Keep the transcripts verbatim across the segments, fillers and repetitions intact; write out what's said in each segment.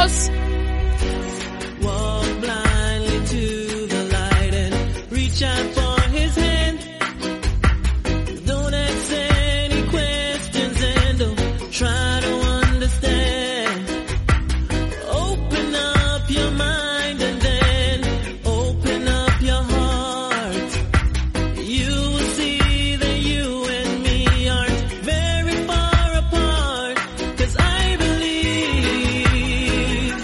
us. Walk blindly to the light and reach out for his hand. Don't ask any questions and don't try to understand. Open up your mind and then open up your heart. You will see that you and me aren't very far apart. 'Cause I believe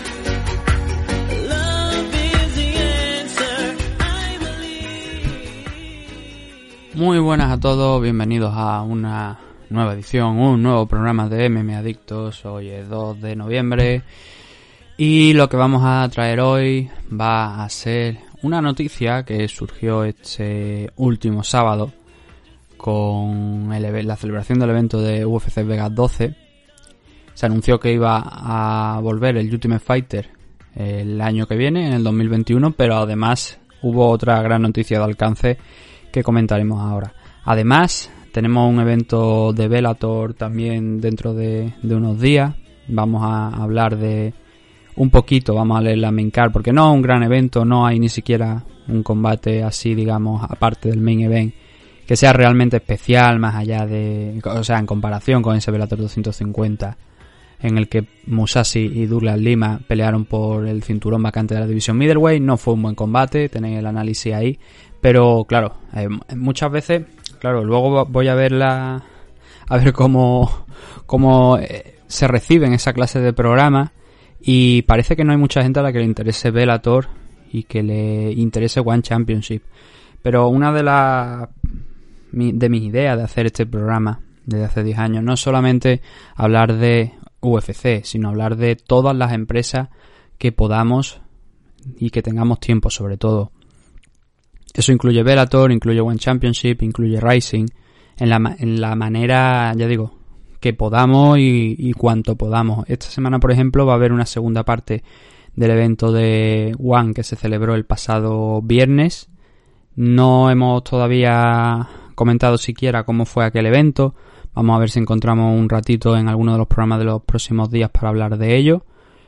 love is the answer. I believe. Muy buenas a todos, bienvenidos a una nueva edición, un nuevo programa de M M Adictos. Hoy es dos de noviembre y lo que vamos a traer hoy va a ser una noticia que surgió este último sábado con el, la celebración del evento de U F C Vegas doce. Se anunció que iba a volver el Ultimate Fighter el año que viene, en el dos mil veintiuno, pero además hubo otra gran noticia de alcance que comentaremos ahora. Además, tenemos un evento de Bellator también dentro de, de unos días. Vamos a hablar de un poquito, vamos a leer la main card, porque no es un gran evento, no hay ni siquiera un combate así, digamos, aparte del main event, que sea realmente especial, más allá de, o sea, en comparación con ese Bellator doscientos cincuenta, en el que Musashi y Douglas Lima pelearon por el cinturón vacante de la división middleweight. No fue un buen combate, tenéis el análisis ahí, pero claro, eh, muchas veces, claro, luego voy a ver la, a ver cómo, cómo eh, se reciben esa clase de programas, y parece que no hay mucha gente a la que le interese Bellator y que le interese One Championship. Pero una de las de mis ideas de hacer este programa desde hace diez años no es solamente hablar de U F C, sino hablar de todas las empresas que podamos y que tengamos tiempo, sobre todo. Eso incluye Bellator, incluye One Championship, incluye Rising, en la, en la manera, ya digo, que podamos y, y cuanto podamos. Esta semana, por ejemplo, va a haber una segunda parte del evento de One que se celebró el pasado viernes. No hemos todavía comentado siquiera cómo fue aquel evento. Vamos a ver si encontramos un ratito en alguno de los programas de los próximos días para hablar de ello.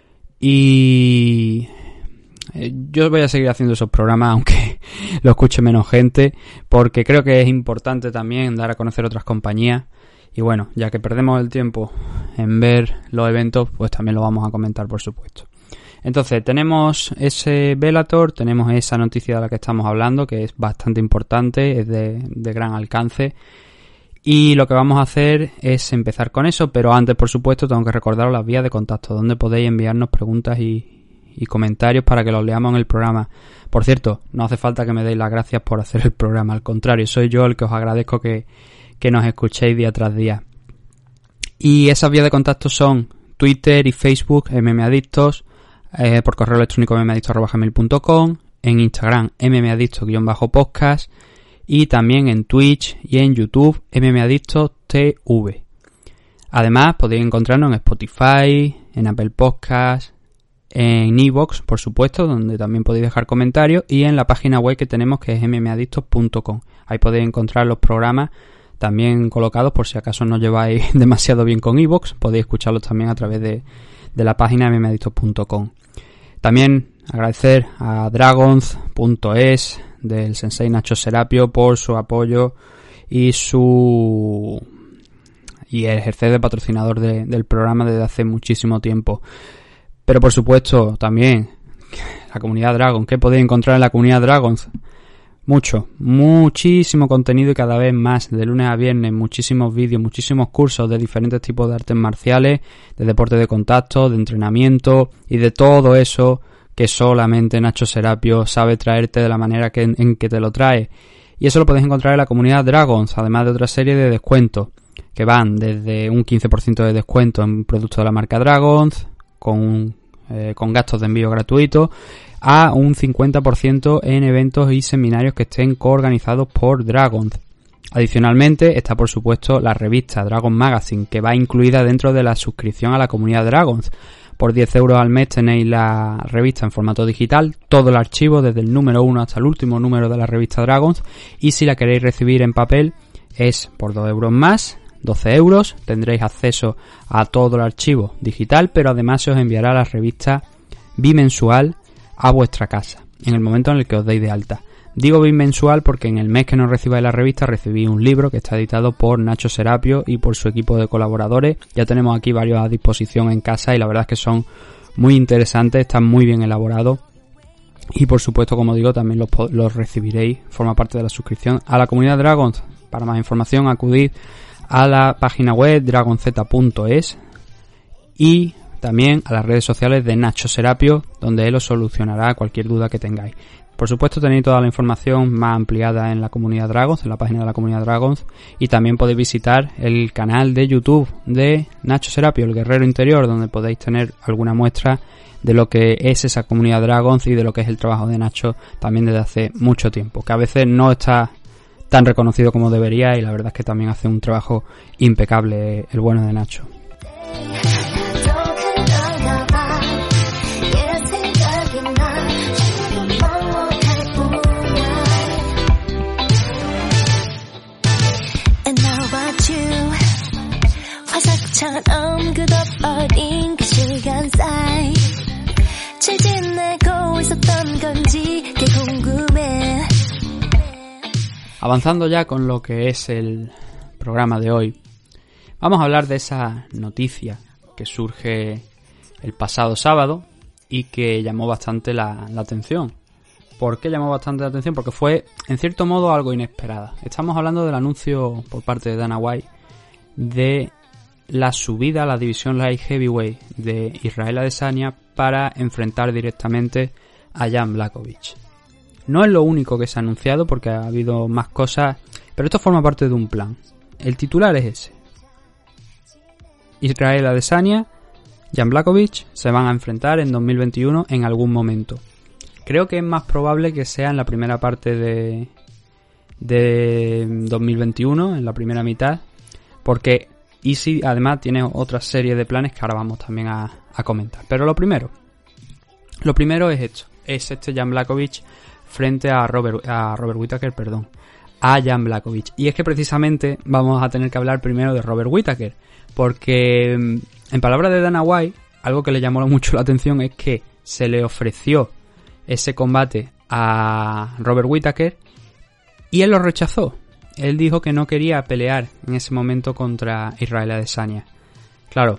Y yo voy a seguir haciendo esos programas aunque lo escuche menos gente, porque creo que es importante también dar a conocer otras compañías. Y bueno, ya que perdemos el tiempo en ver los eventos, pues también lo vamos a comentar, por supuesto. Entonces, tenemos ese Bellator, tenemos esa noticia de la que estamos hablando, que es bastante importante, es de, de gran alcance. Y lo que vamos a hacer es empezar con eso, pero antes, por supuesto, tengo que recordaros las vías de contacto, donde podéis enviarnos preguntas y, y comentarios para que los leamos en el programa. Por cierto, no hace falta que me deis las gracias por hacer el programa, al contrario, soy yo el que os agradezco que, que nos escuchéis día tras día. Y esas vías de contacto son Twitter y Facebook, mmadictos, eh, por correo electrónico mmadictos arroba gmail punto com, en Instagram mmadictos-podcast, y también en Twitch y en YouTube mmadictos T V. Además podéis encontrarnos en Spotify, en Apple Podcasts, en iVoox, por supuesto, donde también podéis dejar comentarios, y en la página web que tenemos, que es mmadictos punto com. Ahí podéis encontrar los programas también colocados, por si acaso no lleváis demasiado bien con iVoox, podéis escucharlos también a través de, de la página mmadictos punto com. También agradecer a dragons punto es del sensei Nacho Serapio por su apoyo y su y ejercer de patrocinador de, del programa desde hace muchísimo tiempo. Pero por supuesto también la comunidad Dragon. ¿Qué podéis encontrar en la comunidad Dragons? Mucho, muchísimo contenido, y cada vez más, de lunes a viernes, muchísimos vídeos, muchísimos cursos de diferentes tipos de artes marciales, de deporte de contacto, de entrenamiento y de todo eso que solamente Nacho Serapio sabe traerte de la manera que, en que te lo trae. Y eso lo podéis encontrar en la comunidad Dragons, además de otra serie de descuentos que van desde un quince por ciento de descuento en productos de la marca Dragons, con, eh, con gastos de envío gratuitos, a un cincuenta por ciento en eventos y seminarios que estén coorganizados por Dragons. Adicionalmente está, por supuesto, la revista Dragon Magazine, que va incluida dentro de la suscripción a la comunidad Dragons. Por diez euros al mes tenéis la revista en formato digital, todo el archivo desde el número uno hasta el último número de la revista Dragons, y si la queréis recibir en papel es por dos euros más, doce euros, tendréis acceso a todo el archivo digital, pero además se os enviará la revista bimensual a vuestra casa, en el momento en el que os deis de alta. Digo bimensual porque en el mes que no recibáis la revista recibís un libro que está editado por Nacho Serapio y por su equipo de colaboradores. Ya tenemos aquí varios a disposición en casa y la verdad es que son muy interesantes, están muy bien elaborados. Y por supuesto, como digo, también los, los recibiréis, forma parte de la suscripción a la comunidad Dragons. Para más información acudid a la página web dragonz punto es y también a las redes sociales de Nacho Serapio, donde él os solucionará cualquier duda que tengáis. Por supuesto, tenéis toda la información más ampliada en la comunidad Dragons, en la página de la comunidad Dragons, y también podéis visitar el canal de YouTube de Nacho Serapio, el Guerrero Interior, donde podéis tener alguna muestra de lo que es esa comunidad Dragons y de lo que es el trabajo de Nacho también desde hace mucho tiempo, que a veces no está tan reconocido como debería, y la verdad es que también hace un trabajo impecable el bueno de Nacho. Avanzando ya con lo que es el programa de hoy, vamos a hablar de esa noticia que surge el pasado sábado y que llamó bastante la, la atención. ¿Por qué llamó bastante la atención? Porque fue, en cierto modo, algo inesperada. Estamos hablando del anuncio por parte de Dana White de la subida a la división Light Heavyweight de Israel Adesanya para enfrentar directamente a Jan Blachowicz. No es lo único que se ha anunciado porque ha habido más cosas, pero esto forma parte de un plan. El titular es ese. Israel Adesanya, Jan Blachowicz se van a enfrentar en dos mil veintiuno en algún momento. Creo que es más probable que sea en la primera parte de, de dos mil veintiuno, en la primera mitad, porque Easy además tiene otra serie de planes que ahora vamos también a, a comentar. Pero lo primero, lo primero es esto, es este Jan Blachowicz frente a Robert, a Robert Whittaker, perdón, a Jan Blachowicz. Y es que precisamente vamos a tener que hablar primero de Robert Whittaker, porque en palabras de Dana White, algo que le llamó mucho la atención es que se le ofreció ese combate a Robert Whittaker y él lo rechazó. Él dijo que no quería pelear en ese momento contra Israel Adesanya. Claro,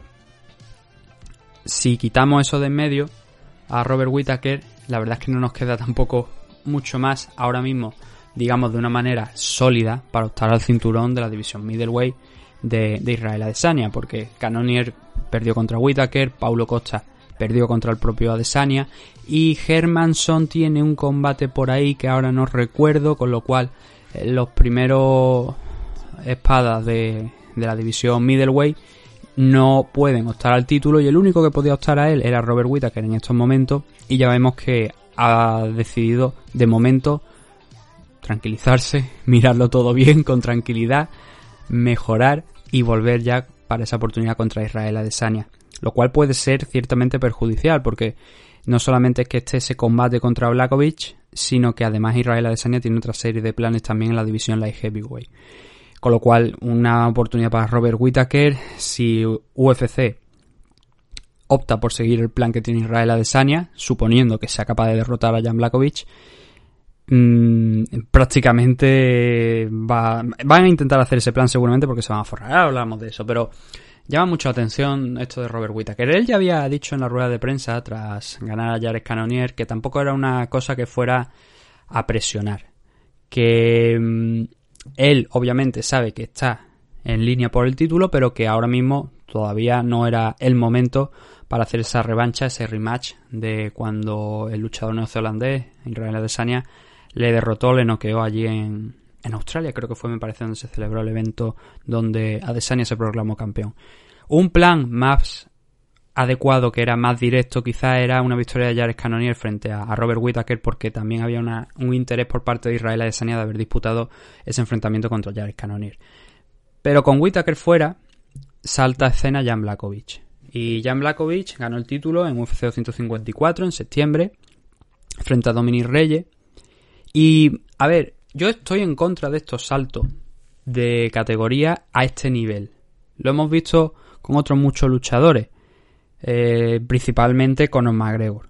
si quitamos eso de en medio a Robert Whittaker, la verdad es que no nos queda tampoco mucho más ahora mismo, digamos, de una manera sólida para optar al cinturón de la división middleweight de, de Israel Adesanya, porque Cannonier perdió contra Whittaker, Paulo Costa perdió contra el propio Adesanya y Hermansson tiene un combate por ahí que ahora no recuerdo, con lo cual eh, los primeros espadas de, de la división middleweight no pueden optar al título y el único que podía optar a él era Robert Whittaker en estos momentos, y ya vemos que ha decidido de momento tranquilizarse, mirarlo todo bien con tranquilidad, mejorar y volver ya para esa oportunidad contra Israel Adesanya, lo cual puede ser ciertamente perjudicial porque no solamente es que esté ese combate contra Blachowicz, sino que además Israel Adesanya tiene otra serie de planes también en la división Light Heavyweight, con lo cual una oportunidad para Robert Whittaker. Si U F C opta por seguir el plan que tiene Israel Adesanya, suponiendo que sea capaz de derrotar a Jan Blachowicz, mmm, prácticamente va, van a intentar hacer ese plan seguramente porque se van a forrar. Ahora hablamos de eso, pero llama mucho la atención esto de Robert Whittaker. Él ya había dicho en la rueda de prensa tras ganar a Jared Cannonier que tampoco era una cosa que fuera a presionar, que mmm, él obviamente sabe que está en línea por el título, pero que ahora mismo todavía no era el momento para hacer esa revancha, ese rematch de cuando el luchador neozelandés, Israel Adesanya, le derrotó, le noqueó allí en, en Australia, creo que fue, me parece, donde se celebró el evento donde Adesanya se proclamó campeón. Un plan más adecuado, que era más directo, quizá era una victoria de Jared Cannonier frente a, a Robert Whittaker, porque también había una, un interés por parte de Israel Adesanya de haber disputado ese enfrentamiento contra Jared Cannonier. Pero con Whittaker fuera, salta a escena Jan Blachowicz. Y Jan Blachowicz ganó el título en U F C doscientos cincuenta y cuatro en septiembre frente a Dominic Reyes. Y, a ver, yo estoy en contra de estos saltos de categoría a este nivel. Lo hemos visto con otros muchos luchadores, eh, principalmente Conor McGregor.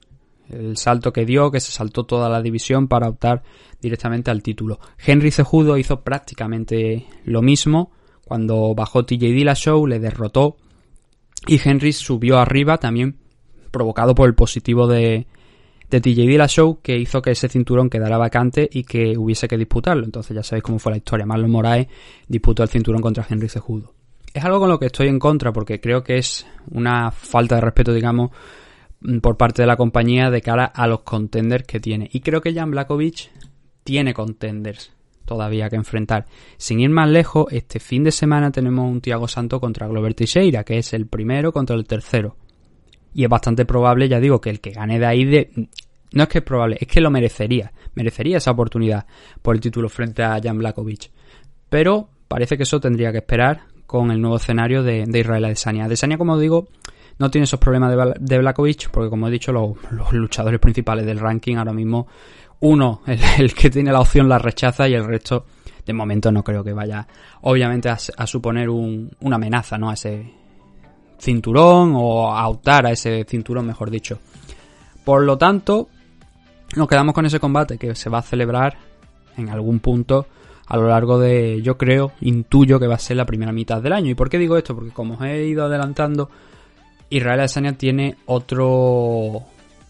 El salto que dio, que se saltó toda la división para optar directamente al título. Henry Cejudo hizo prácticamente lo mismo. Cuando bajó T J Dillashaw, le derrotó y Henry subió arriba, también provocado por el positivo de, de T J Dillashaw, que hizo que ese cinturón quedara vacante y que hubiese que disputarlo. Entonces ya sabéis cómo fue la historia. Marlon Moraes disputó el cinturón contra Henry Cejudo. Es algo con lo que estoy en contra, porque creo que es una falta de respeto, digamos, por parte de la compañía de cara a los contenders que tiene. Y creo que Jan Blachowicz tiene contenders todavía que enfrentar. Sin ir más lejos, este fin de semana tenemos un Thiago Santos contra Glover Teixeira, que es el primero contra el tercero. Y es bastante probable, ya digo, que el que gane de ahí de... No es que es probable, es que lo merecería. Merecería esa oportunidad por el título frente a Jan Blachowicz. Pero parece que eso tendría que esperar con el nuevo escenario de, de Israel Adesanya. Adesanya, como digo, no tiene esos problemas de, de Blachowicz, porque como he dicho, los, los luchadores principales del ranking ahora mismo, uno, el, el que tiene la opción la rechaza y el resto, de momento no creo que vaya, obviamente, a, a suponer un, una amenaza, ¿no? A ese cinturón o a optar a ese cinturón, mejor dicho. Por lo tanto, nos quedamos con ese combate que se va a celebrar en algún punto a lo largo de, yo creo, intuyo que va a ser la primera mitad del año. ¿Y por qué digo esto? Porque como os he ido adelantando, Israel Adesanya tiene otro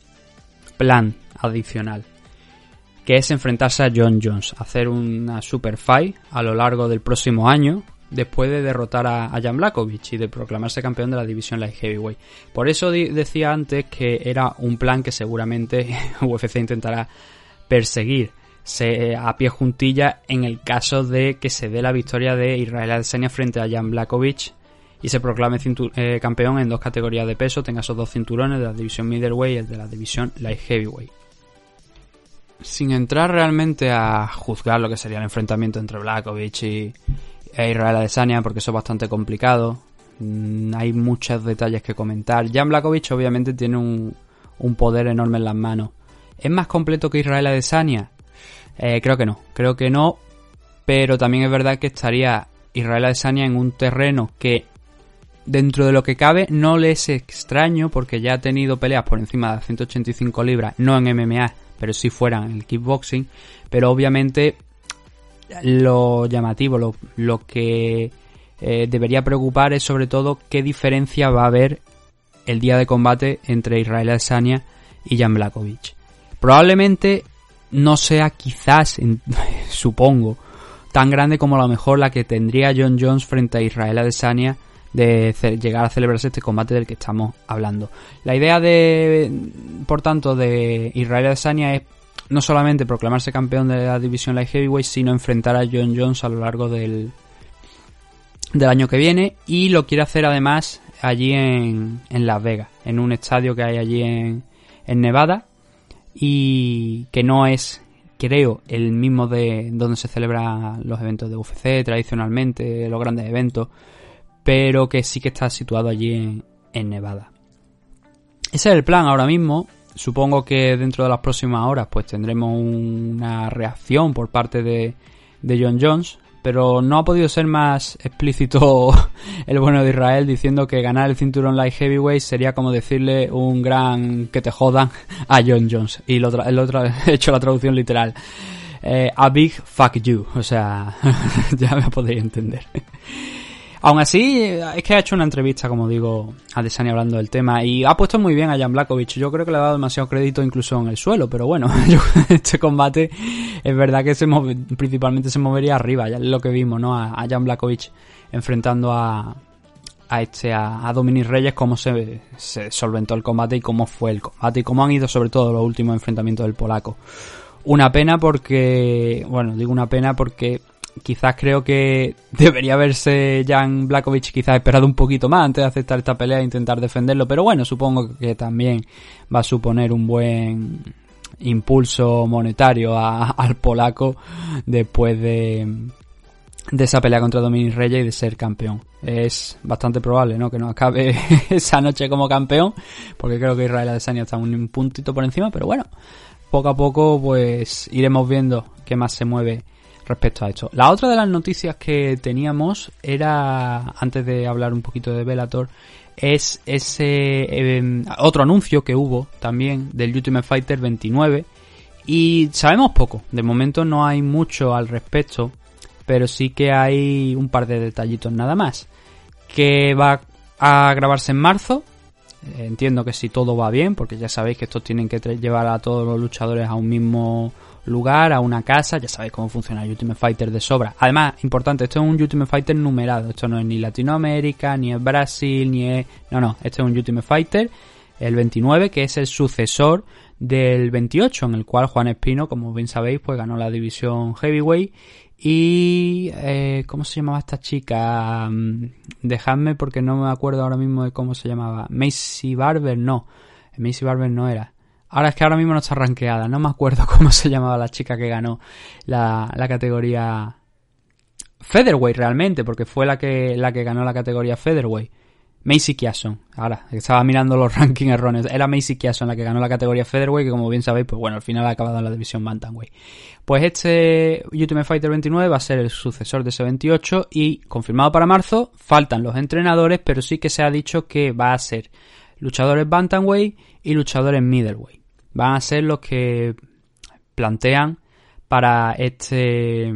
plan adicional, que es enfrentarse a Jon Jones, hacer una super fight a lo largo del próximo año, después de derrotar a, a Jan Blachowicz y de proclamarse campeón de la división Light Heavyweight. Por eso di- decía antes que era un plan que seguramente U F C intentará perseguir se, a pie juntilla en el caso de que se dé la victoria de Israel Adesanya frente a Jan Blachowicz y se proclame cintu- eh, campeón en dos categorías de peso, tenga esos dos cinturones de la división Middleweight y el de la división Light Heavyweight. Sin entrar realmente a juzgar lo que sería el enfrentamiento entre Blachowicz y e Israel Adesanya, porque eso es bastante complicado, mm, hay muchos detalles que comentar. Jan Blachowicz obviamente tiene un, un poder enorme en las manos. ¿Es más completo que Israel Adesanya? Eh, creo que no, creo que no, pero también es verdad que estaría Israel Adesanya en un terreno que dentro de lo que cabe no le es extraño, porque ya ha tenido peleas por encima de las ciento ochenta y cinco libras, no en M M A, pero sí fuera en el kickboxing, pero obviamente lo llamativo, lo, lo que eh, debería preocupar es sobre todo qué diferencia va a haber el día de combate entre Israel Adesanya y Jan Blachowicz. Probablemente no sea quizás, en, supongo, tan grande como a lo mejor la que tendría Jon Jones frente a Israel Adesanya de ce- llegar a celebrarse este combate del que estamos hablando. La idea de, por tanto, de Israel Adesanya es no solamente proclamarse campeón de la división Light Heavyweight, sino enfrentar a Jon Jones a lo largo del, del año que viene, y lo quiere hacer además allí en, en Las Vegas, en un estadio que hay allí en, en Nevada, y que no es, creo, el mismo de donde se celebran los eventos de U F C tradicionalmente, los grandes eventos, pero que sí que está situado allí en, en Nevada. Ese es el plan ahora mismo. Supongo que dentro de las próximas horas pues tendremos una reacción por parte de, de Jon Jones, pero no ha podido ser más explícito el bueno de Israel, diciendo que ganar el cinturón Light Heavyweight sería como decirle un gran que te jodan a Jon Jones, y lo tra- el otro he hecho la traducción literal, eh, a big fuck you, o sea, ya me podéis entender. Aún así, es que ha hecho una entrevista, como digo, a Adesanya hablando del tema, y ha puesto muy bien a Jan Blachowicz. Yo creo que le ha dado demasiado crédito incluso en el suelo, pero bueno, yo, este combate es verdad que se move, principalmente se movería arriba, ya es lo que vimos, ¿no? A, a Jan Blachowicz enfrentando a, a este, a, a Dominic Reyes, cómo se, se solventó el combate y cómo fue el combate y cómo han ido sobre todo los últimos enfrentamientos del polaco. Una pena porque, bueno, digo una pena porque quizás creo que debería haberse Jan Blachowicz quizás esperado un poquito más antes de aceptar esta pelea e intentar defenderlo, pero bueno, supongo que también va a suponer un buen impulso monetario a, al polaco después de, de esa pelea contra Dominic Reyes y de ser campeón. Es bastante probable, ¿no?, que no acabe esa noche como campeón, porque creo que Israel Adesanya está un puntito por encima, pero bueno, poco a poco pues iremos viendo qué más se mueve respecto a esto. La otra de las noticias que teníamos era, antes de hablar un poquito de Bellator, es ese eh, otro anuncio que hubo también del Ultimate Fighter veintinueve, y sabemos poco, de momento no hay mucho al respecto, pero sí que hay un par de detallitos nada más. Que va a grabarse en marzo, entiendo que si todo va bien, porque ya sabéis que estos tienen que llevar a todos los luchadores a un mismo lugar, a una casa, ya sabéis cómo funciona el Ultimate Fighter de sobra. Además, importante, esto es un Ultimate Fighter numerado, esto no es ni Latinoamérica, ni es Brasil, ni es... No, no, este es un Ultimate Fighter, el veintinueve, que es el sucesor del veintiocho, en el cual Juan Espino, como bien sabéis, pues ganó la división Heavyweight. Y... Eh, ¿cómo se llamaba esta chica? Dejadme porque no me acuerdo ahora mismo de cómo se llamaba. Macy Barber, no. Macy Barber no era. Ahora es que ahora mismo no está rankeada. No me acuerdo cómo se llamaba la chica que ganó la, la categoría Featherweight realmente, porque fue la que la que ganó la categoría Featherweight. Macy Chiasson. Ahora, estaba mirando los rankings erróneos. Era Macy Chiasson la que ganó la categoría Featherweight, que como bien sabéis, pues bueno, al final ha acabado en la división Bantamweight. Pues este Ultimate Fighter veintinueve va a ser el sucesor de ese veintiocho y confirmado para marzo. Faltan los entrenadores, pero sí que se ha dicho que va a ser luchadores Bantamweight y luchadores Middleweight. Van a ser los que plantean para este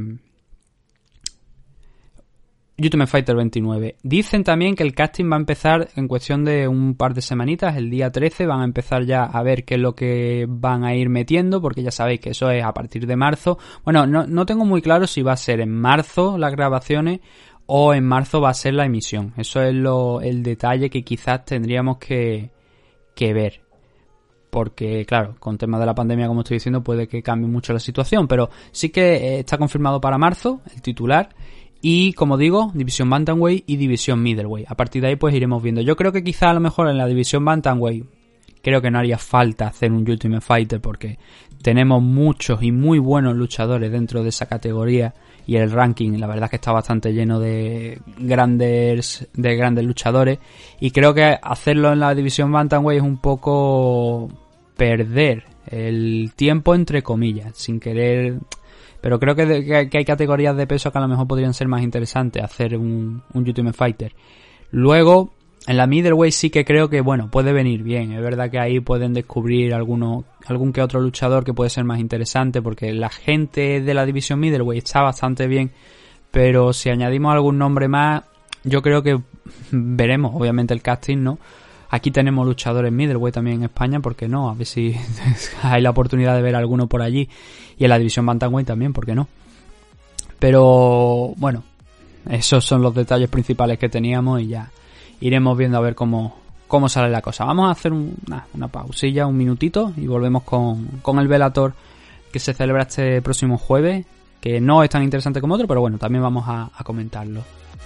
Ultimate Fighter veintinueve. Dicen también que el casting va a empezar en cuestión de un par de semanitas, el día trece van a empezar ya a ver qué es lo que van a ir metiendo, porque ya sabéis que eso es a partir de marzo. Bueno, no, no tengo muy claro si va a ser en marzo las grabaciones o en marzo va a ser la emisión. Eso es lo, el detalle que quizás tendríamos que, que ver. Porque, claro, con temas de la pandemia, como estoy diciendo, puede que cambie mucho la situación, pero sí que está confirmado para marzo el titular. Y, como digo, división Bantamweight y división Middleweight. A partir de ahí pues iremos viendo. Yo creo que quizá a lo mejor en la división Bantamweight creo que no haría falta hacer un Ultimate Fighter, porque tenemos muchos y muy buenos luchadores dentro de esa categoría, y el ranking la verdad es que está bastante lleno de grandes de grandes luchadores, y creo que hacerlo en la división Bantamweight es un poco perder el tiempo entre comillas, sin querer... Pero creo que, de, que hay categorías de peso que a lo mejor podrían ser más interesantes hacer un, un Ultimate Fighter. Luego, en la Middleweight sí que creo que, bueno, puede venir bien. Es verdad que ahí pueden descubrir alguno, algún que otro luchador que puede ser más interesante, porque la gente de la división Middleweight está bastante bien. Pero si añadimos algún nombre más, yo creo que veremos, obviamente, el casting, ¿no? Aquí tenemos luchadores middleweight también en España, ¿por qué no? A ver si hay la oportunidad de ver alguno por allí. Y en la división Bantamweight también, ¿por qué no? Pero, bueno, esos son los detalles principales que teníamos y ya iremos viendo a ver cómo, cómo sale la cosa. Vamos a hacer un, una, una pausilla, un minutito, y volvemos con, con el Bellator que se celebra este próximo jueves, que no es tan interesante como otro, pero bueno, también vamos a, a comentarlo.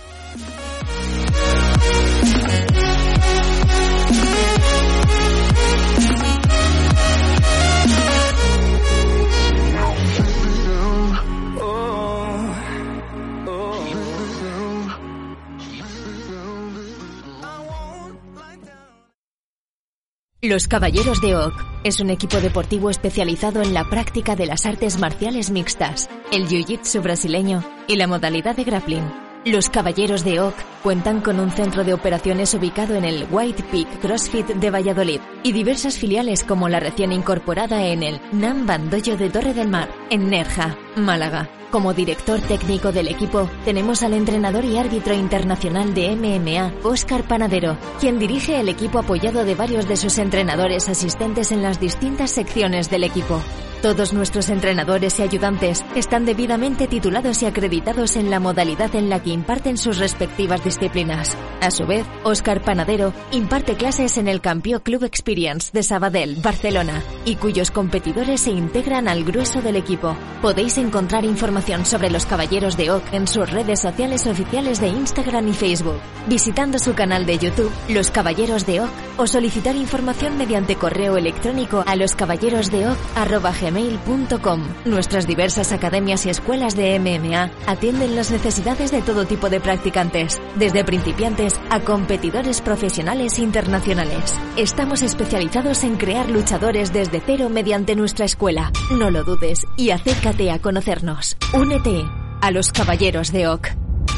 Los Caballeros de Oak es un equipo deportivo especializado en la práctica de las artes marciales mixtas, el jiu-jitsu brasileño y la modalidad de grappling. Los Caballeros de Oak cuentan con un centro de operaciones ubicado en el White Peak CrossFit de Valladolid y diversas filiales como la recién incorporada en el Nam Bandoyo de Torre del Mar, en Nerja, Málaga. Como director técnico del equipo, tenemos al entrenador y árbitro internacional de M M A, Óscar Panadero, quien dirige el equipo apoyado de varios de sus entrenadores asistentes en las distintas secciones del equipo. Todos nuestros entrenadores y ayudantes están debidamente titulados y acreditados en la modalidad en la que imparten sus respectivas disciplinas. A su vez, Óscar Panadero imparte clases en el Campió Club Experience de Sabadell, Barcelona, y cuyos competidores se integran al grueso del equipo. Podéis encontrar información sobre los Caballeros de Oak en sus redes sociales oficiales de Instagram y Facebook, visitando su canal de YouTube, Los Caballeros de Oak, o solicitar información mediante correo electrónico a loscaballerosdeoak arroba gmail punto com. gmail punto com. Nuestras diversas academias y escuelas de M M A atienden las necesidades de todo tipo de practicantes, desde principiantes a competidores profesionales internacionales. Estamos especializados en crear luchadores desde cero mediante nuestra escuela. No lo dudes y acércate a conocernos. Únete a los Caballeros de O C.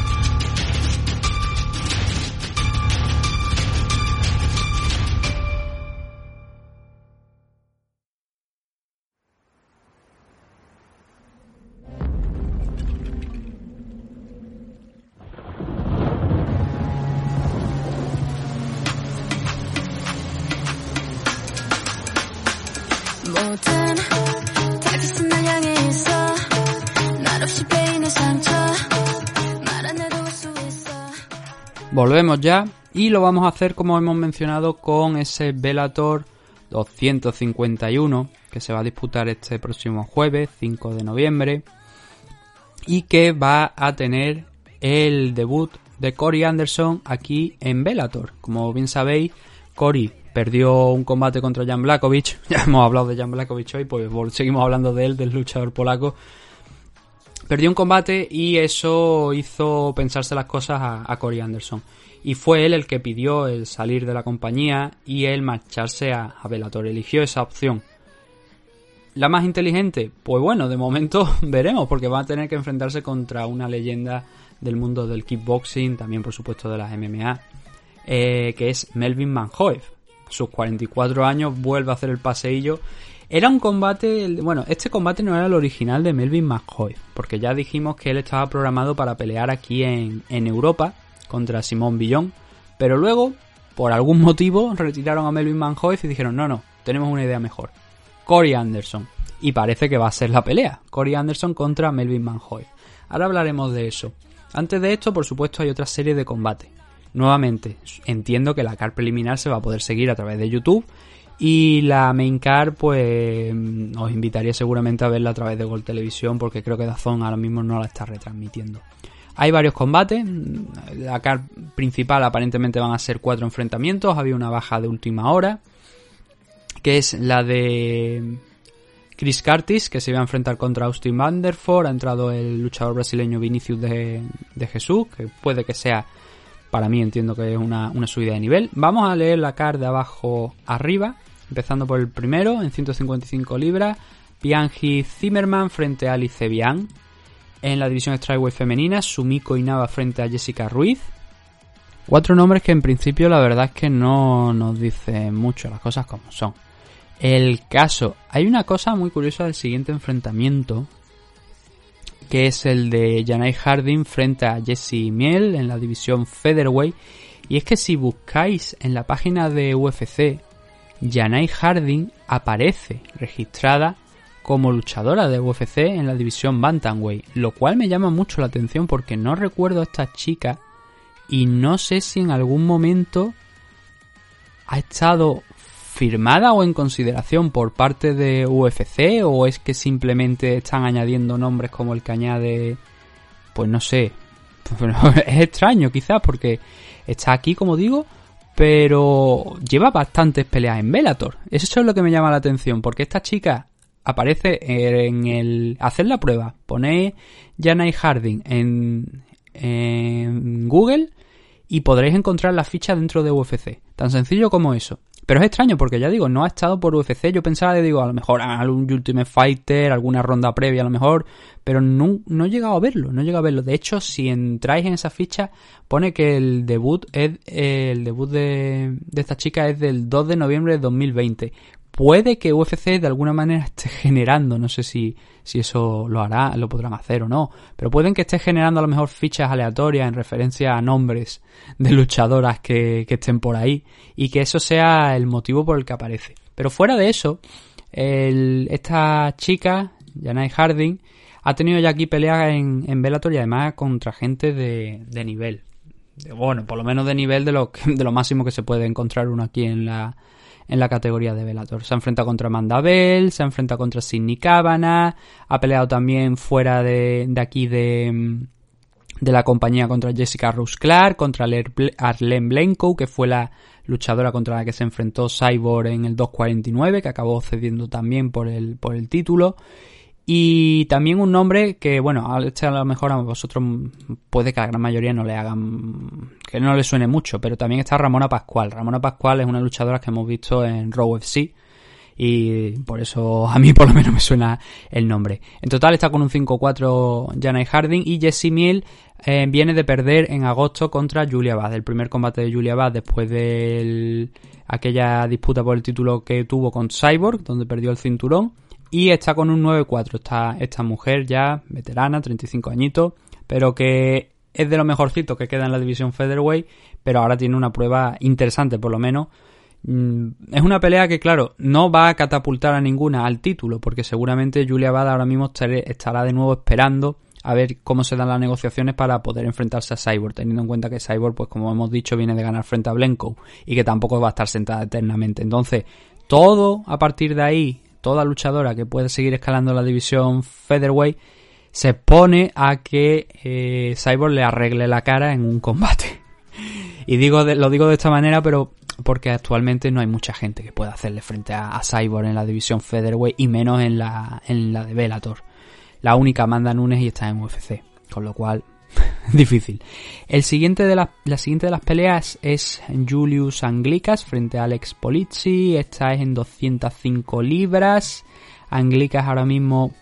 Volvemos ya y lo vamos a hacer, como hemos mencionado, con ese Bellator doscientos cincuenta y uno que se va a disputar este próximo jueves cinco de noviembre y que va a tener el debut de Corey Anderson aquí en Bellator. Como bien sabéis, Corey perdió un combate contra Jan Blachowicz. Ya hemos hablado de Jan Blachowicz hoy, pues seguimos hablando de él, del luchador polaco. Perdió un combate y eso hizo pensarse las cosas a, a Corey Anderson. Y fue él el que pidió el salir de la compañía y el marcharse a, a Bellator. Eligió esa opción. ¿La más inteligente? Pues bueno, de momento veremos, porque va a tener que enfrentarse contra una leyenda del mundo del kickboxing, también por supuesto de las M M A, eh, que es Melvin Manhoef. Sus cuarenta y cuatro años, vuelve a hacer el paseillo. Era un combate, bueno, este combate no era el original de Melvin Manhoef, porque ya dijimos que él estaba programado para pelear aquí en, en Europa contra Simón Billon, pero luego, por algún motivo, retiraron a Melvin Manhoef y dijeron, no, no, tenemos una idea mejor. Corey Anderson. Y parece que va a ser la pelea. Corey Anderson contra Melvin Manhoef. Ahora hablaremos de eso. Antes de esto, por supuesto, hay otra serie de combates. Nuevamente, entiendo que la card preliminar se va a poder seguir a través de YouTube. Y la main card, pues os invitaría seguramente a verla a través de Gol Televisión, porque creo que DAZN ahora mismo no la está retransmitiendo. Hay varios combates. La card principal aparentemente van a ser cuatro enfrentamientos. Había una baja de última hora, que es la de Chris Curtis, que se iba a enfrentar contra Austin Vanderford. Ha entrado el luchador brasileño Vinicius de, de Jesús, que puede que sea, para mí entiendo que es una, una subida de nivel. Vamos a leer la card de abajo arriba, empezando por el primero, en ciento cincuenta y cinco libras, Bianchi Zimmerman frente a Alice Bian. En la división Strawweight femenina, Sumiko Inaba frente a Jessica Ruiz. Cuatro nombres que en principio la verdad es que no nos dicen mucho, las cosas como son. El caso, hay una cosa muy curiosa del siguiente enfrentamiento, que es el de Janai Harding frente a Jessie Miel en la división Featherweight. Y es que si buscáis en la página de U F C, Janai Harding aparece registrada como luchadora de U F C en la división Bantamweight, lo cual me llama mucho la atención porque no recuerdo a esta chica y no sé si en algún momento ha estado firmada o en consideración por parte de U F C, o es que simplemente están añadiendo nombres como el que añade, pues no sé, es extraño quizás porque está aquí, como digo, pero lleva bastantes peleas en Bellator. Eso es lo que me llama la atención, porque esta chica aparece en el hacer la prueba, ponéis Janai Harding en, en Google y podréis encontrar la ficha dentro de U F C, tan sencillo como eso. Pero es extraño porque ya digo, no ha estado por U F C. Yo pensaba, le digo, a lo mejor algún Ultimate Fighter, alguna ronda previa a lo mejor, pero no, no he llegado a verlo, no he llegado a verlo. De hecho, si entráis en esa ficha, pone que el debut es eh, el debut de, de esta chica es del dos de noviembre de dos mil veinte. Puede que U F C de alguna manera esté generando, no sé si, si eso lo hará, lo podrán hacer o no, pero pueden que esté generando a lo mejor fichas aleatorias en referencia a nombres de luchadoras que, que estén por ahí y que eso sea el motivo por el que aparece. Pero fuera de eso, el, esta chica, Janai Harding, ha tenido ya aquí peleas en, en Bellator y además contra gente de, de nivel. De, bueno, por lo menos de nivel de lo, de lo máximo que se puede encontrar uno aquí en la en la categoría de Bellator. Se ha enfrentado contra Amanda Bell, se ha enfrentado contra Sydney Kavanagh, ha peleado también fuera de, de aquí de, de la compañía contra Jessica Rose Clark, contra Arlene Blencowe, que fue la luchadora contra la que se enfrentó Cyborg en el dos cuarenta y nueve, que acabó cediendo también por el, por el título. Y también un nombre que, bueno, a lo mejor a vosotros puede que a la gran mayoría no le hagan, que no le suene mucho, pero también está Ramona Pascual. Ramona Pascual es una luchadora que hemos visto en Raw F C y por eso a mí por lo menos me suena el nombre. En total está con un cinco cuatro Janai Harding, y Jessie Mill eh, viene de perder en agosto contra Julia Budd. El primer combate de Julia Budd después de aquella disputa por el título que tuvo con Cyborg, donde perdió el cinturón. Y está con un nueve cuatro, esta, esta mujer ya veterana, treinta y cinco añitos, pero que es de lo mejorcito que queda en la división Featherweight, pero ahora tiene una prueba interesante por lo menos. Es una pelea que, claro, no va a catapultar a ninguna al título, porque seguramente Julia Budd ahora mismo estará de nuevo esperando a ver cómo se dan las negociaciones para poder enfrentarse a Cyborg, teniendo en cuenta que Cyborg, pues como hemos dicho, viene de ganar frente a Blencowe y que tampoco va a estar sentada eternamente. Entonces, todo a partir de ahí, toda luchadora que puede seguir escalando la división Featherweight se pone a que eh, Cyborg le arregle la cara en un combate. Y digo de, lo digo de esta manera, pero porque actualmente no hay mucha gente que pueda hacerle frente a, a Cyborg en la división Featherweight, y menos en la, en la de Bellator. La única Amanda Nunes y está en U F C, con lo cual difícil. El siguiente de las, la siguiente de las peleas es Julius Anglicas frente a Alex Polizzi. Esta es en doscientas cinco libras. Anglicas ahora mismo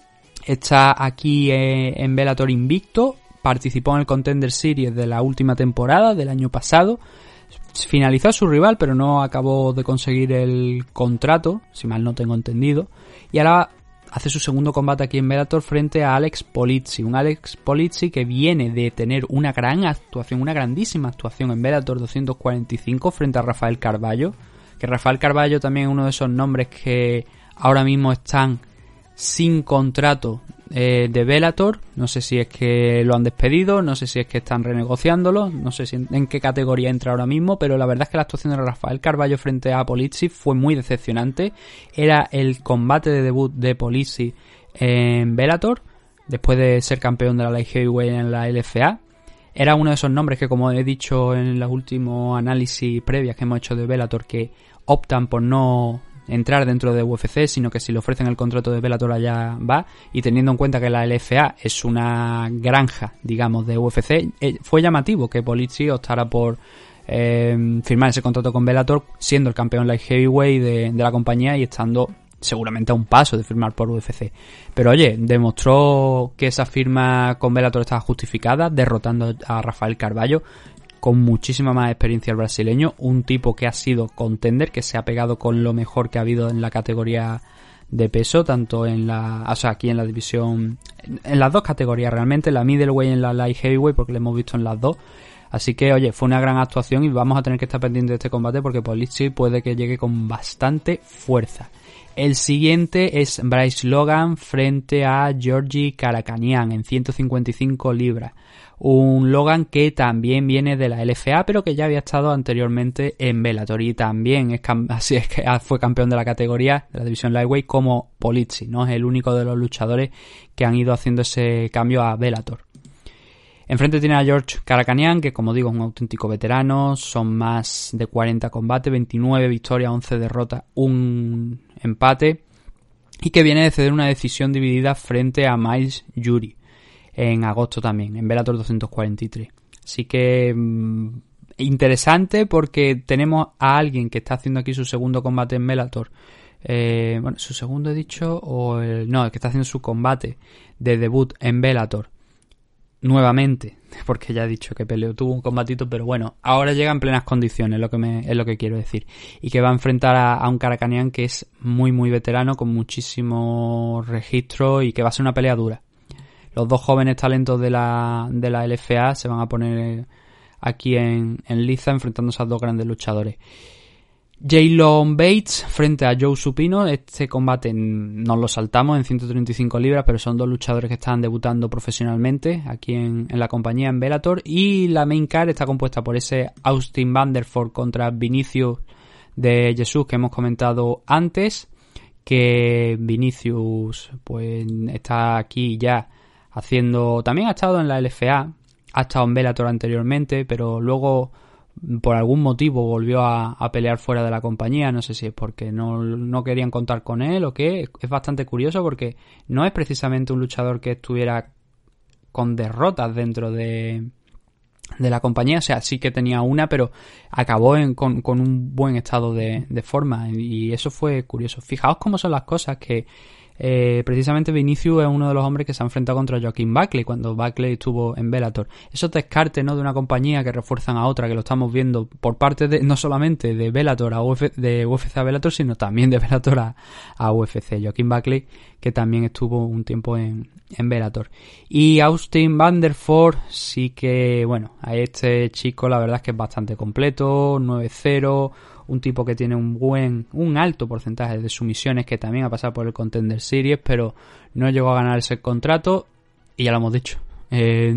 está aquí eh, en Bellator invicto. Participó en el Contender Series de la última temporada del año pasado. Finalizó a su rival, pero no acabó de conseguir el contrato, si mal no tengo entendido. Y ahora hace su segundo combate aquí en Bellator frente a Alex Polizzi. Un Alex Polizzi que viene de tener una gran actuación, una grandísima actuación en Bellator doscientos cuarenta y cinco frente a Rafael Carballo. Que Rafael Carballo también es uno de esos nombres que ahora mismo están sin contrato eh, de Bellator. No sé si es que lo han despedido, no sé si es que están renegociándolo, no sé si en, en qué categoría entra ahora mismo, pero la verdad es que la actuación de Rafael Carballo frente a Polizzi fue muy decepcionante. Era el combate de debut de Polizzi en Bellator, después de ser campeón de la Light Heavyweight en la L F A. Era uno de esos nombres que, como he dicho en los últimos análisis previas que hemos hecho de Bellator, que optan por no entrar dentro de U F C, sino que si le ofrecen el contrato de Bellator allá va. Y teniendo en cuenta que la L F A es una granja, digamos, de U F C, eh, fue llamativo que Polizzi optara por eh, firmar ese contrato con Bellator, siendo el campeón light heavyweight de, de la compañía y estando seguramente a un paso de firmar por U F C. Pero oye, demostró que esa firma con Bellator estaba justificada, derrotando a Rafael Carballo, con muchísima más experiencia el brasileño, un tipo que ha sido contender, que se ha pegado con lo mejor que ha habido en la categoría de peso, tanto en la, o sea, aquí en la división, en, en las dos categorías realmente, la middleweight y en la light heavyweight, porque lo hemos visto en las dos. Así que, oye, fue una gran actuación y vamos a tener que estar pendientes de este combate porque Polizzi puede que llegue con bastante fuerza. El siguiente es Bryce Logan frente a Georgi Karakhanyan en ciento cincuenta y cinco libras. Un Logan que también viene de la L F A, pero que ya había estado anteriormente en Bellator y también es cam- así es que fue campeón de la categoría de la división lightweight como Polizzi, ¿no? Es el único de los luchadores que han ido haciendo ese cambio a Bellator. Enfrente tiene a George Karakhanyan, que como digo es un auténtico veterano, son más de cuarenta combates, veintinueve victorias, once derrotas, un empate, y que viene de ceder una decisión dividida frente a Miles Jury en agosto también, en Bellator doscientos cuarenta y tres. Así que mmm, interesante porque tenemos a alguien que está haciendo aquí su segundo combate en Bellator. Eh, bueno, su segundo he dicho, o el, no, el que está haciendo su combate de debut en Bellator nuevamente, porque ya he dicho que peleó, tuvo un combatito, pero bueno, ahora llega en plenas condiciones, lo que me, es lo que quiero decir, y que va a enfrentar a, a un Karakhanyan que es muy muy veterano, con muchísimo registro, y que va a ser una pelea dura. Los dos jóvenes talentos de la, de la L F A se van a poner aquí en, en liza, enfrentándose a dos grandes luchadores. Jaylon Bates frente a Joe Supino. Este combate nos lo saltamos en ciento treinta y cinco libras, pero son dos luchadores que están debutando profesionalmente aquí en, en la compañía, en Bellator, y la main card está compuesta por ese Austin Vanderford contra Vinicius de Jesús que hemos comentado antes, que Vinicius pues está aquí ya haciendo, también ha estado en la L F A, ha estado en Bellator anteriormente, pero luego por algún motivo volvió a, a pelear fuera de la compañía. No sé si es porque no, no querían contar con él o qué. Es bastante curioso porque no es precisamente un luchador que estuviera con derrotas dentro de, de la compañía. O sea, sí que tenía una, pero acabó en, con, con un buen estado de, de forma, y eso fue curioso. Fijaos cómo son las cosas, que Eh, precisamente Vinicius es uno de los hombres que se ha enfrentado contra Joaquin Buckley cuando Buckley estuvo en Bellator. Esos descartes, ¿no?, de una compañía que refuerzan a otra, que lo estamos viendo por parte de no solamente de Bellator a U F C, de U F C a Bellator, sino también de Bellator a, a U F C. Joaquin Buckley, que también estuvo un tiempo en, en Bellator. Y Austin Vanderford, sí que, bueno, a este chico la verdad es que es bastante completo, nueve cero, un tipo que tiene un buen, un alto porcentaje de sumisiones, que también ha pasado por el Contender Series, pero no llegó a ganar ese contrato, y ya lo hemos dicho. Eh,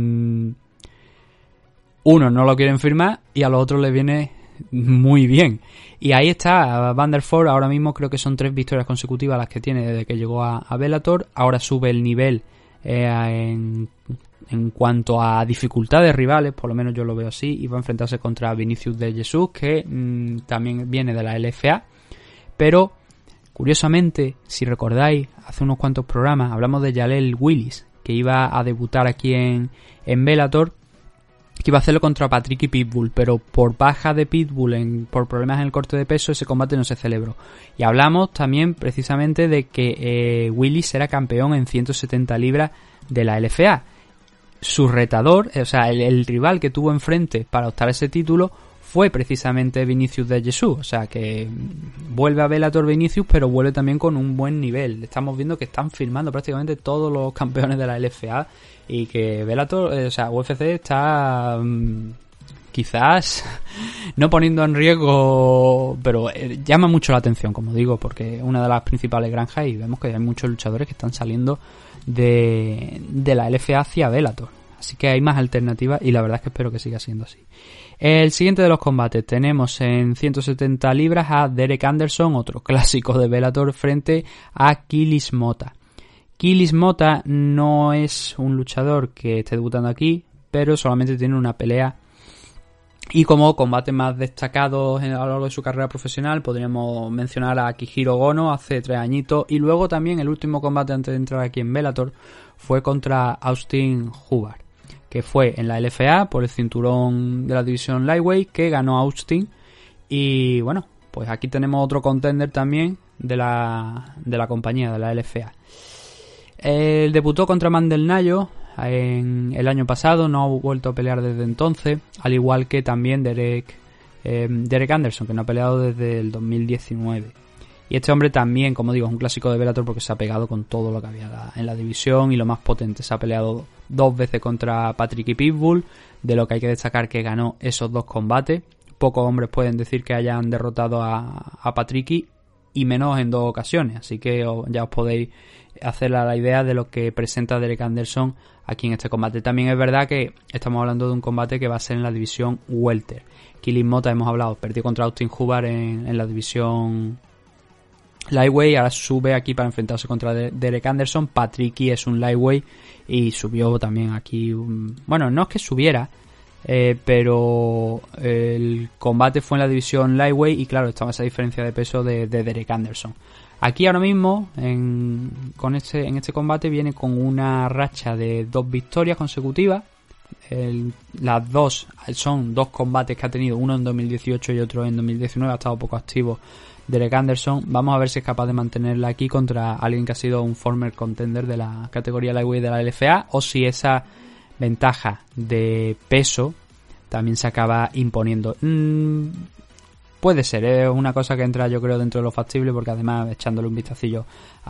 uno no lo quieren firmar y a los otros les viene muy bien. Y ahí está Vanderford, ahora mismo creo que son tres victorias consecutivas las que tiene desde que llegó a, a Bellator. Ahora sube el nivel eh, en... en cuanto a dificultad de rivales, por lo menos yo lo veo así, y va a enfrentarse contra Vinicius de Jesús, que mmm, también viene de la L F A. Pero, curiosamente, si recordáis, hace unos cuantos programas hablamos de Jaleel Willis, que iba a debutar aquí en, en Bellator, que iba a hacerlo contra Patrick y Pitbull, pero por baja de Pitbull, en, por problemas en el corte de peso, ese combate no se celebró. Y hablamos también precisamente de que eh, Willis era campeón en ciento setenta libras de la L F A. Su retador, o sea, el, el rival que tuvo enfrente para optar ese título fue precisamente Vinicius de Jesús. O sea, que vuelve a Bellator Vinicius, pero vuelve también con un buen nivel. Estamos viendo que están firmando prácticamente todos los campeones de la L F A, y que Bellator, eh, o sea, U F C está mmm, quizás no poniendo en riesgo, pero eh, llama mucho la atención, como digo, porque es una de las principales granjas, y vemos que hay muchos luchadores que están saliendo de, de la L F A hacia Bellator. Así que hay más alternativas, y la verdad es que espero que siga siendo así. El siguiente de los combates tenemos en ciento setenta libras a Derek Anderson, otro clásico de Bellator, frente a Kilis Mota. Kilis Mota no es un luchador que esté debutando aquí, pero solamente tiene una pelea. Y como combate más destacado a lo largo de su carrera profesional, podríamos mencionar a Akihiro Gono hace tres añitos. Y luego también el último combate antes de entrar aquí en Bellator fue contra Austin Hubbard, que fue en la L F A por el cinturón de la división Lightweight, que ganó Austin. Y bueno, pues aquí tenemos otro contender también de la, de la compañía, de la L F A. Él debutó contra Mandel Nayo en el año pasado, no ha vuelto a pelear desde entonces, al igual que también Derek, eh, Derek Anderson, que no ha peleado desde el dos mil diecinueve. Y este hombre también, como digo, es un clásico de Bellator porque se ha pegado con todo lo que había en la división, y lo más potente, se ha peleado dos veces contra Patrick y Pitbull, de lo que hay que destacar que ganó esos dos combates. Pocos hombres pueden decir que hayan derrotado a, a Patrick, y menos en dos ocasiones, así que ya os podéis hacer la idea de lo que presenta Derek Anderson aquí en este combate. También es verdad que estamos hablando de un combate que va a ser en la división welter. Kilis Mota, hemos hablado, perdió contra Austin Hubbard en, en la división lightweight, ahora sube aquí para enfrentarse contra de- Derek Anderson. Patricky es un lightweight y subió también aquí, un... bueno, no es que subiera, eh, pero el combate fue en la división lightweight, y claro, estaba esa diferencia de peso de, de Derek Anderson. Aquí ahora mismo, en, con este, en este combate, viene con una racha de dos victorias consecutivas. El, las dos son dos combates que ha tenido, uno en dos mil dieciocho y otro en dos mil diecinueve, ha estado poco activo Derek Anderson. Vamos a ver si es capaz de mantenerla aquí contra alguien que ha sido un former contender de la categoría lightweight de la L F A, o si esa ventaja de peso también se acaba imponiendo. Mm, puede ser, es una cosa que entra, yo creo, dentro de lo factible, porque además, echándole un vistacillo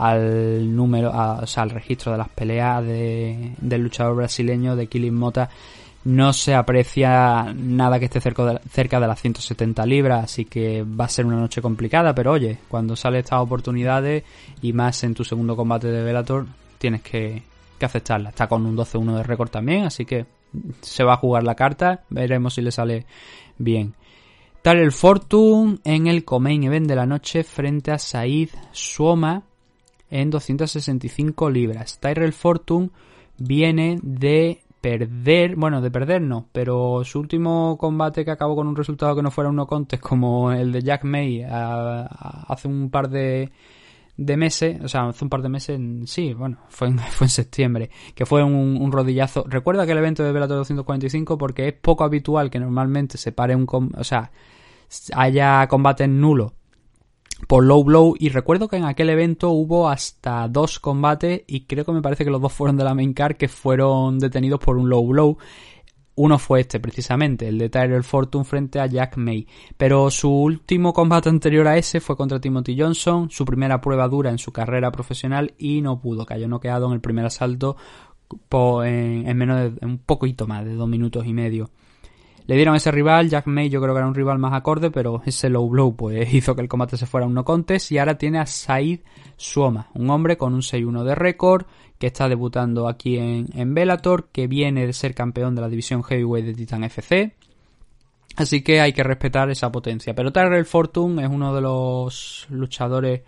al número, a, o sea, al registro de las peleas de, del luchador brasileño de Kilis Mota, no se aprecia nada que esté cerca de, cerca de las ciento setenta libras, así que va a ser una noche complicada, pero oye, cuando salen estas oportunidades, y más en tu segundo combate de Bellator, tienes que, que aceptarla. Está con un doce uno de récord también, así que se va a jugar la carta, veremos si le sale bien. Tyrell Fortune en el co-main event de la noche frente a Said Suoma en doscientas sesenta y cinco libras. Tyrell Fortune viene de perder, bueno, de perder no, pero su último combate que acabó con un resultado que no fuera un no contest como el de Jack May a, a, hace un par de, de meses, o sea, hace un par de meses, sí, bueno, fue en, fue en septiembre, que fue un, un rodillazo. Recuerda que el evento de Bellator doscientos cuarenta y cinco, porque es poco habitual que normalmente se pare un, o sea, haya combates nulos por low blow, y recuerdo que en aquel evento hubo hasta dos combates y creo que me parece que los dos fueron de la main card que fueron detenidos por un low blow. Uno fue este precisamente, el de Tyrell Fortune frente a Jack May, pero su último combate anterior a ese fue contra Timothy Johnson, su primera prueba dura en su carrera profesional, y no pudo, cayó noqueado en el primer asalto por, en, en menos de un poquito más de dos minutos y medio. Le dieron ese rival, Jack May yo creo que era un rival más acorde, pero ese low blow pues hizo que el combate se fuera a un no contest, y ahora tiene a Said Suoma, un hombre con un seis uno de récord, que está debutando aquí en, en Bellator, que viene de ser campeón de la división heavyweight de Titan F C, así que hay que respetar esa potencia. Pero Tyrell Fortune es uno de los luchadores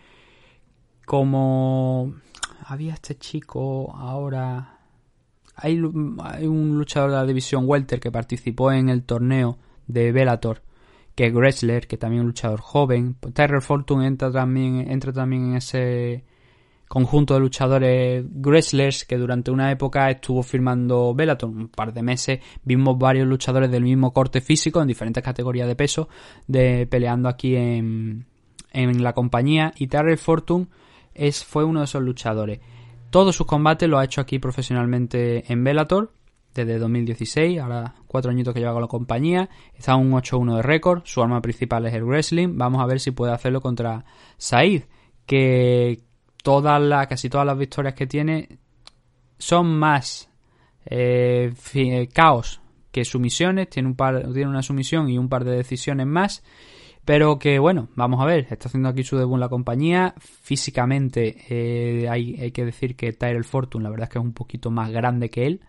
como... había este chico ahora... Hay, hay un luchador de la división welter que participó en el torneo de Bellator, que es Gressler, que también es un luchador joven. Tyrell Fortune entra también, entra también en ese conjunto de luchadores Gresslers que durante una época estuvo firmando Bellator, un par de meses. Vimos varios luchadores del mismo corte físico en diferentes categorías de peso de peleando aquí en, en la compañía, y Tyrell Fortune es, fue uno de esos luchadores. Todos sus combates los ha hecho aquí profesionalmente en Bellator desde dos mil dieciséis, ahora cuatro añitos que lleva con la compañía. Está a un ocho uno de récord, su arma principal es el wrestling. Vamos a ver si puede hacerlo contra Said, que todas las, casi todas las victorias que tiene son más eh, caos que sumisiones. Tiene un par, tiene una sumisión y un par de decisiones más. Pero que bueno, vamos a ver, está haciendo aquí su debut en la compañía. Físicamente eh, hay, hay que decir que Tyrell Fortune la verdad es que es un poquito más grande que él.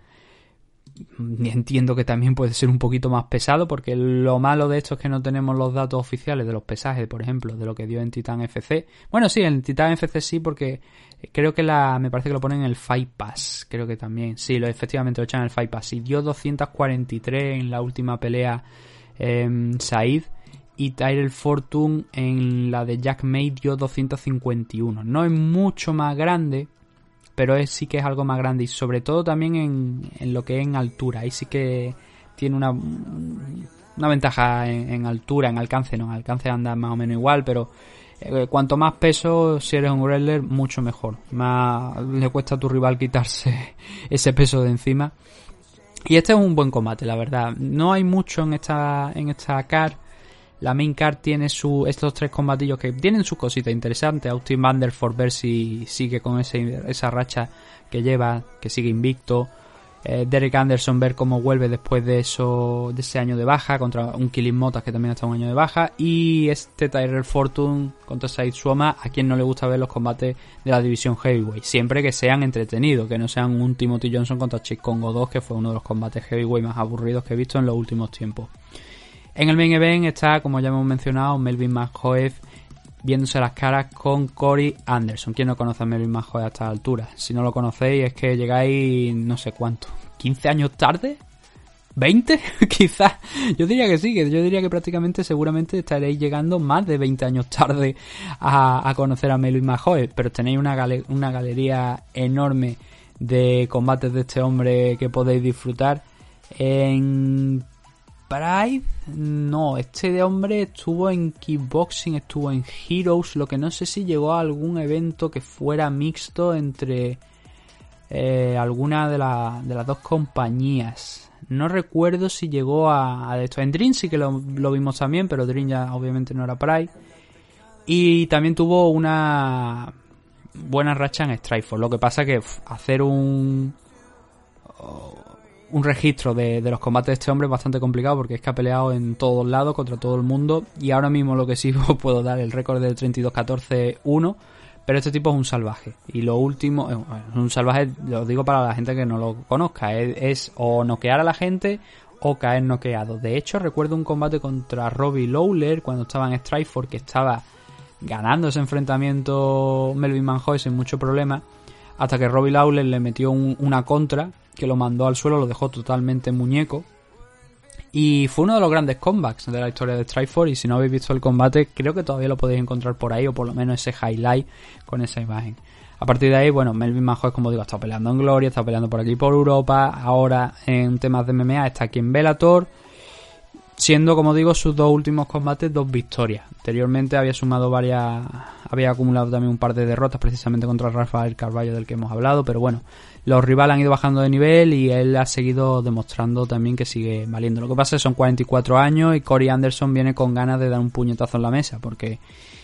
Entiendo que también puede ser un poquito más pesado, porque lo malo de esto es que no tenemos los datos oficiales de los pesajes, por ejemplo, de lo que dio en Titan F C. Bueno, sí, en Titan F C sí, porque creo que la me parece que lo ponen en el Fight Pass, creo que también. Sí, lo, efectivamente lo echan en el Fight Pass. Y dio doscientos cuarenta y tres en la última pelea eh, Said. Y Tyrell Fortune en la de Jack May dio doscientos cincuenta y uno. No es mucho más grande, pero es, sí que es algo más grande. Y sobre todo también en, en lo que es en altura. Ahí sí que tiene una, una ventaja en, en altura, en alcance. No, en alcance anda más o menos igual, pero eh, cuanto más peso, si eres un wrestler, mucho mejor. Más le cuesta a tu rival quitarse ese peso de encima. Y este es un buen combate, la verdad. No hay mucho en esta, en esta card. La main card tiene su, estos tres combatillos que tienen sus cositas interesantes. Austin Vanderford, ver si sigue con ese, esa racha que lleva, que sigue invicto. Eh, Derek Anderson, ver cómo vuelve después de eso, de ese año de baja, contra un Killing Motas que también está un año de baja. Y este Tyrell Fortune contra Said Suoma, a quien no le gusta ver los combates de la división heavyweight, siempre que sean entretenidos, que no sean un Timothy Johnson contra Chris Congo dos, que fue uno de los combates heavyweight más aburridos que he visto en los últimos tiempos. En el main event está, como ya hemos mencionado, Melvin McHoev viéndose las caras con Corey Anderson. ¿Quién no conoce a Melvin McHoev a esta altura? Si no lo conocéis es que llegáis no sé cuánto, ¿quince años tarde? ¿veinte? Quizás. Yo diría que sí, que yo diría que prácticamente seguramente estaréis llegando más de veinte años tarde a, a conocer a Melvin McHoev. Pero tenéis una, gale- una galería enorme de combates de este hombre que podéis disfrutar. En Pride, no, este hombre estuvo en Kickboxing, estuvo en Heroes, lo que no sé si llegó a algún evento que fuera mixto entre eh, alguna de, la, de las dos compañías. No recuerdo si llegó a, a esto. En Dream sí que lo, lo vimos también, pero Dream ya obviamente no era Pride. Y también tuvo una buena racha en Strikeforce. Lo que pasa que uf, hacer un... Oh, un registro de, de los combates de este hombre es bastante complicado, porque es que ha peleado en todos lados contra todo el mundo, y ahora mismo lo que sí puedo dar el récord del treinta y dos catorce uno, pero este tipo es un salvaje, y lo último es un salvaje, lo digo para la gente que no lo conozca, es, es o noquear a la gente o caer noqueado. De hecho recuerdo un combate contra Robbie Lawler cuando estaba en Strikeforce, que estaba ganando ese enfrentamiento Melvin McHoev sin mucho problema, hasta que Robbie Lawler le metió un, una contra que lo mandó al suelo, lo dejó totalmente muñeco. Y fue uno de los grandes comebacks de la historia de Strikeforce. Y si no habéis visto el combate, creo que todavía lo podéis encontrar por ahí, o por lo menos ese highlight con esa imagen. A partir de ahí, bueno, Melvin Manhoef, como digo, ha estado peleando en Gloria, ha estado peleando por aquí por Europa. Ahora en temas de M M A está aquí en Bellator, siendo, como digo, sus dos últimos combates dos victorias. Anteriormente había sumado varias, había acumulado también un par de derrotas precisamente contra Rafael Carvalho, del que hemos hablado, pero bueno, los rivales han ido bajando de nivel y él ha seguido demostrando también que sigue valiendo. Lo que pasa es que son cuarenta y cuatro años y Corey Anderson viene con ganas de dar un puñetazo en la mesa, porque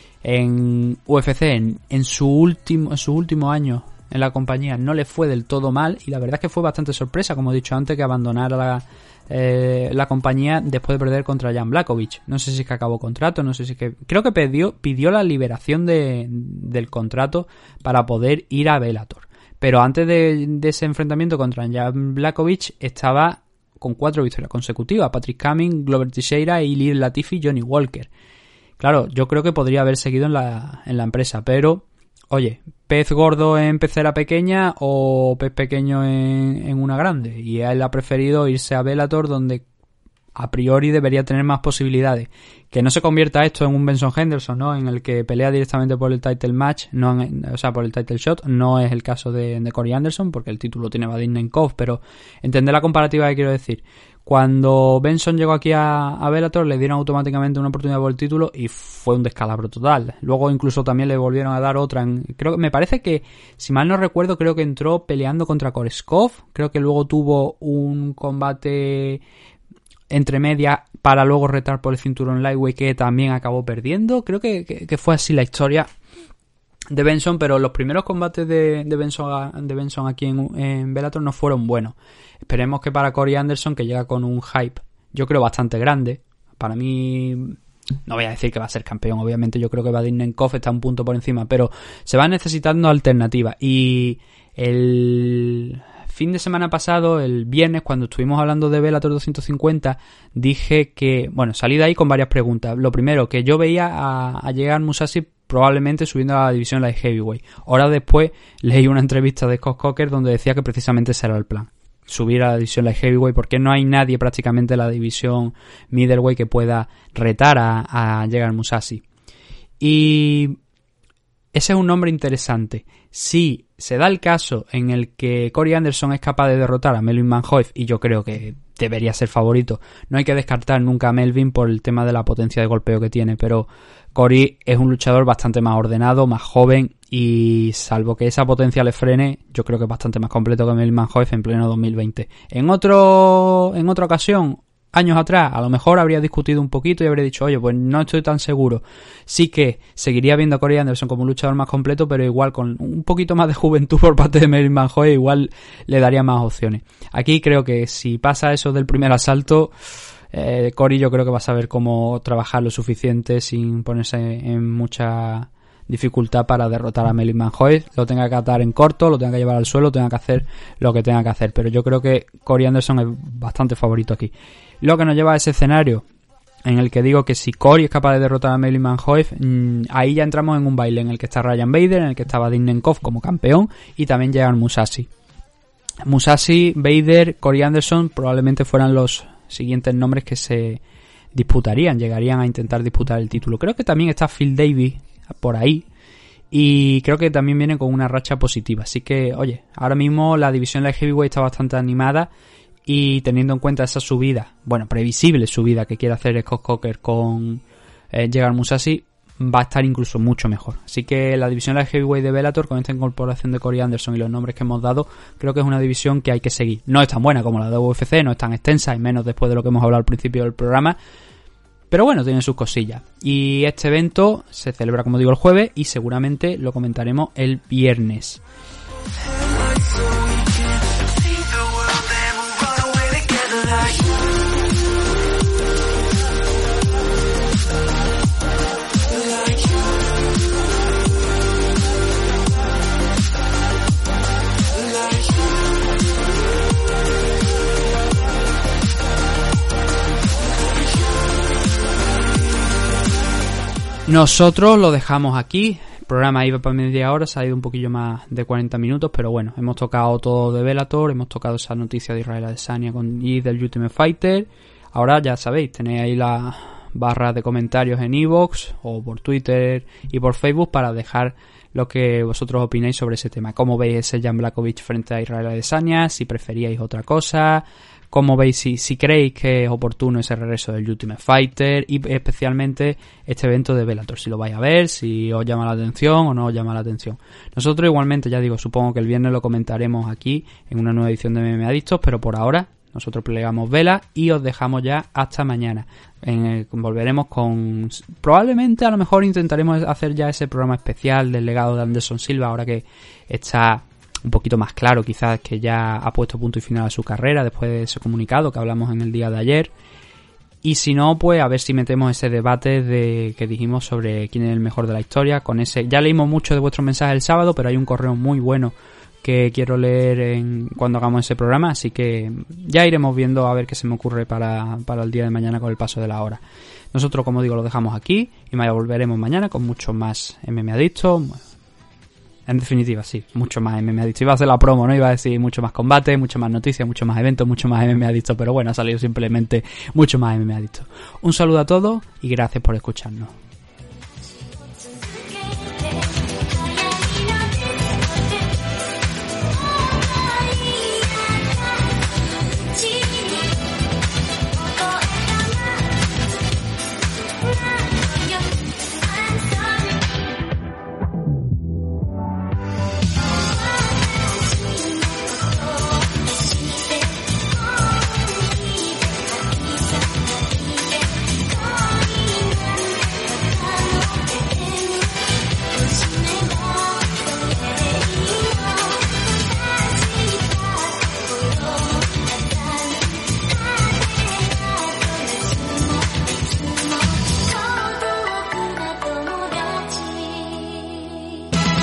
en U F C, en, en su último en sus últimos años en la compañía, no le fue del todo mal, y la verdad es que fue bastante sorpresa, como he dicho antes, que abandonara la, eh, la compañía después de perder contra Jan Blachowicz. No sé si es que acabó contrato, no sé si es que... Creo que pidió, pidió la liberación de, del contrato para poder ir a Bellator. Pero antes de, de ese enfrentamiento contra Jan Blachowicz estaba con cuatro victorias consecutivas: Patrick Cummings, Glover Teixeira, Ilir Latifi y Johnny Walker. Claro, yo creo que podría haber seguido en la, en la empresa, pero... Oye, pez gordo en pecera pequeña o pez pequeño en, en una grande. Y él ha preferido irse a Bellator, donde a priori debería tener más posibilidades. Que no se convierta esto en un Benson Henderson, ¿no? En el que pelea directamente por el title match, no en, o sea, por el title shot. No es el caso de, de Corey Anderson, porque el título tiene Vadim Nemkov, pero entender la comparativa que quiero decir. Cuando Benson llegó aquí a, a Bellator, le dieron automáticamente una oportunidad por el título y fue un descalabro total. Luego incluso también le volvieron a dar otra. En, creo me parece que, si mal no recuerdo, creo que entró peleando contra Koreshkov. Creo que luego tuvo un combate entre media para luego retar por el cinturón lightweight, que también acabó perdiendo. Creo que, que, que fue así la historia de Benson, pero los primeros combates de, de, Benson, de Benson aquí en, en Bellator no fueron buenos. Esperemos que para Corey Anderson, que llega con un hype, yo creo, bastante grande. Para mí, no voy a decir que va a ser campeón, obviamente yo creo que Vadim Nemkov está un punto por encima, pero se va necesitando alternativas. Y el fin de semana pasado, el viernes, cuando estuvimos hablando de Bellator doscientos cincuenta, dije que, bueno, salí de ahí con varias preguntas. Lo primero, que yo veía a, a llegar Musashi probablemente subiendo a la división light heavyweight. Horas después leí una entrevista de Scott Coker donde decía que precisamente ese era el plan: subir a la división light heavyweight, porque no hay nadie prácticamente en la división middleweight que pueda retar a, a Gegard Mousasi. Y ese es un nombre interesante. Si se da el caso en el que Corey Anderson es capaz de derrotar a Melvin Manhoef, y yo creo que debería ser favorito, no hay que descartar nunca a Melvin por el tema de la potencia de golpeo que tiene, pero Corey es un luchador bastante más ordenado, más joven, y salvo que esa potencia le frene, yo creo que es bastante más completo que Melvin Manhoef en pleno dos mil veinte. En otro, en otra ocasión, años atrás, a lo mejor habría discutido un poquito y habría dicho, oye, pues no estoy tan seguro. Sí que seguiría viendo a Corey Anderson como un luchador más completo, pero igual con un poquito más de juventud por parte de Melvin Manhoef, igual le daría más opciones. Aquí creo que si pasa eso del primer asalto, eh, Corey yo creo que va a saber cómo trabajar lo suficiente sin ponerse en mucha dificultad para derrotar a Melvin Manhoef. Lo tenga que atar en corto, lo tenga que llevar al suelo, tenga que hacer lo que tenga que hacer, pero yo creo que Corey Anderson es bastante favorito aquí. Lo que nos lleva a ese escenario en el que digo que si Corey es capaz de derrotar a Melvin Manhoef, mmm, ahí ya entramos en un baile en el que está Ryan Bader, en el que está Vadim Nemkov como campeón, y también llegan Musashi. Musashi, Bader, Corey Anderson probablemente fueran los siguientes nombres que se disputarían, llegarían a intentar disputar el título. Creo que también está Phil Davis por ahí, y creo que también viene con una racha positiva. Así que, oye, ahora mismo la división light heavyweight está bastante animada, y teniendo en cuenta esa subida, bueno, previsible subida que quiere hacer Scott Coker con eh, Gegard Mousasi, va a estar incluso mucho mejor. Así que la división light heavyweight de Bellator, con esta incorporación de Corey Anderson y los nombres que hemos dado, creo que es una división que hay que seguir. No es tan buena como la de U F C, no es tan extensa, y menos después de lo que hemos hablado al principio del programa, pero bueno, tiene sus cosillas. Y este evento se celebra, como digo, el jueves, y seguramente lo comentaremos el viernes. Nosotros lo dejamos aquí programa iba para media hora, se ha ido un poquillo más de cuarenta minutos, pero bueno, hemos tocado todo de Bellator, hemos tocado esa noticia de Israel Adesanya con, y del Ultimate Fighter. Ahora ya sabéis, tenéis ahí la barra de comentarios en iVoox o por Twitter y por Facebook para dejar lo que vosotros opináis sobre ese tema. ¿Cómo veis ese Jan Blachowicz frente a Israel Adesanya? Si preferíais otra cosa. ¿Cómo veis si, si creéis que es oportuno ese regreso del Ultimate Fighter? Y especialmente este evento de Bellator. Si lo vais a ver, si os llama la atención o no os llama la atención. Nosotros igualmente, ya digo, supongo que el viernes lo comentaremos aquí en una nueva edición de M M A Adictos, pero por ahora nosotros plegamos vela y os dejamos ya hasta mañana. Eh, volveremos con... Probablemente a lo mejor intentaremos hacer ya ese programa especial del legado de Anderson Silva, ahora que está un poquito más claro, quizás que ya ha puesto punto y final a su carrera después de ese comunicado que hablamos en el día de ayer. Y si no, pues a ver si metemos ese debate de que dijimos sobre quién es el mejor de la historia. Con ese, ya leímos mucho de vuestros mensajes el sábado, pero hay un correo muy bueno que quiero leer en, cuando hagamos ese programa, así que ya iremos viendo a ver qué se me ocurre para, para el día de mañana con el paso de la hora. Nosotros, como digo, lo dejamos aquí y volveremos mañana con mucho más M M A Adictos. En definitiva, sí, mucho más M M A Adictos. Iba a hacer la promo, ¿no? Iba a decir mucho más combate, mucho más noticias, mucho más eventos, mucho más M M A Adictos, pero bueno, ha salido simplemente mucho más M M A Adictos. Un saludo a todos y gracias por escucharnos.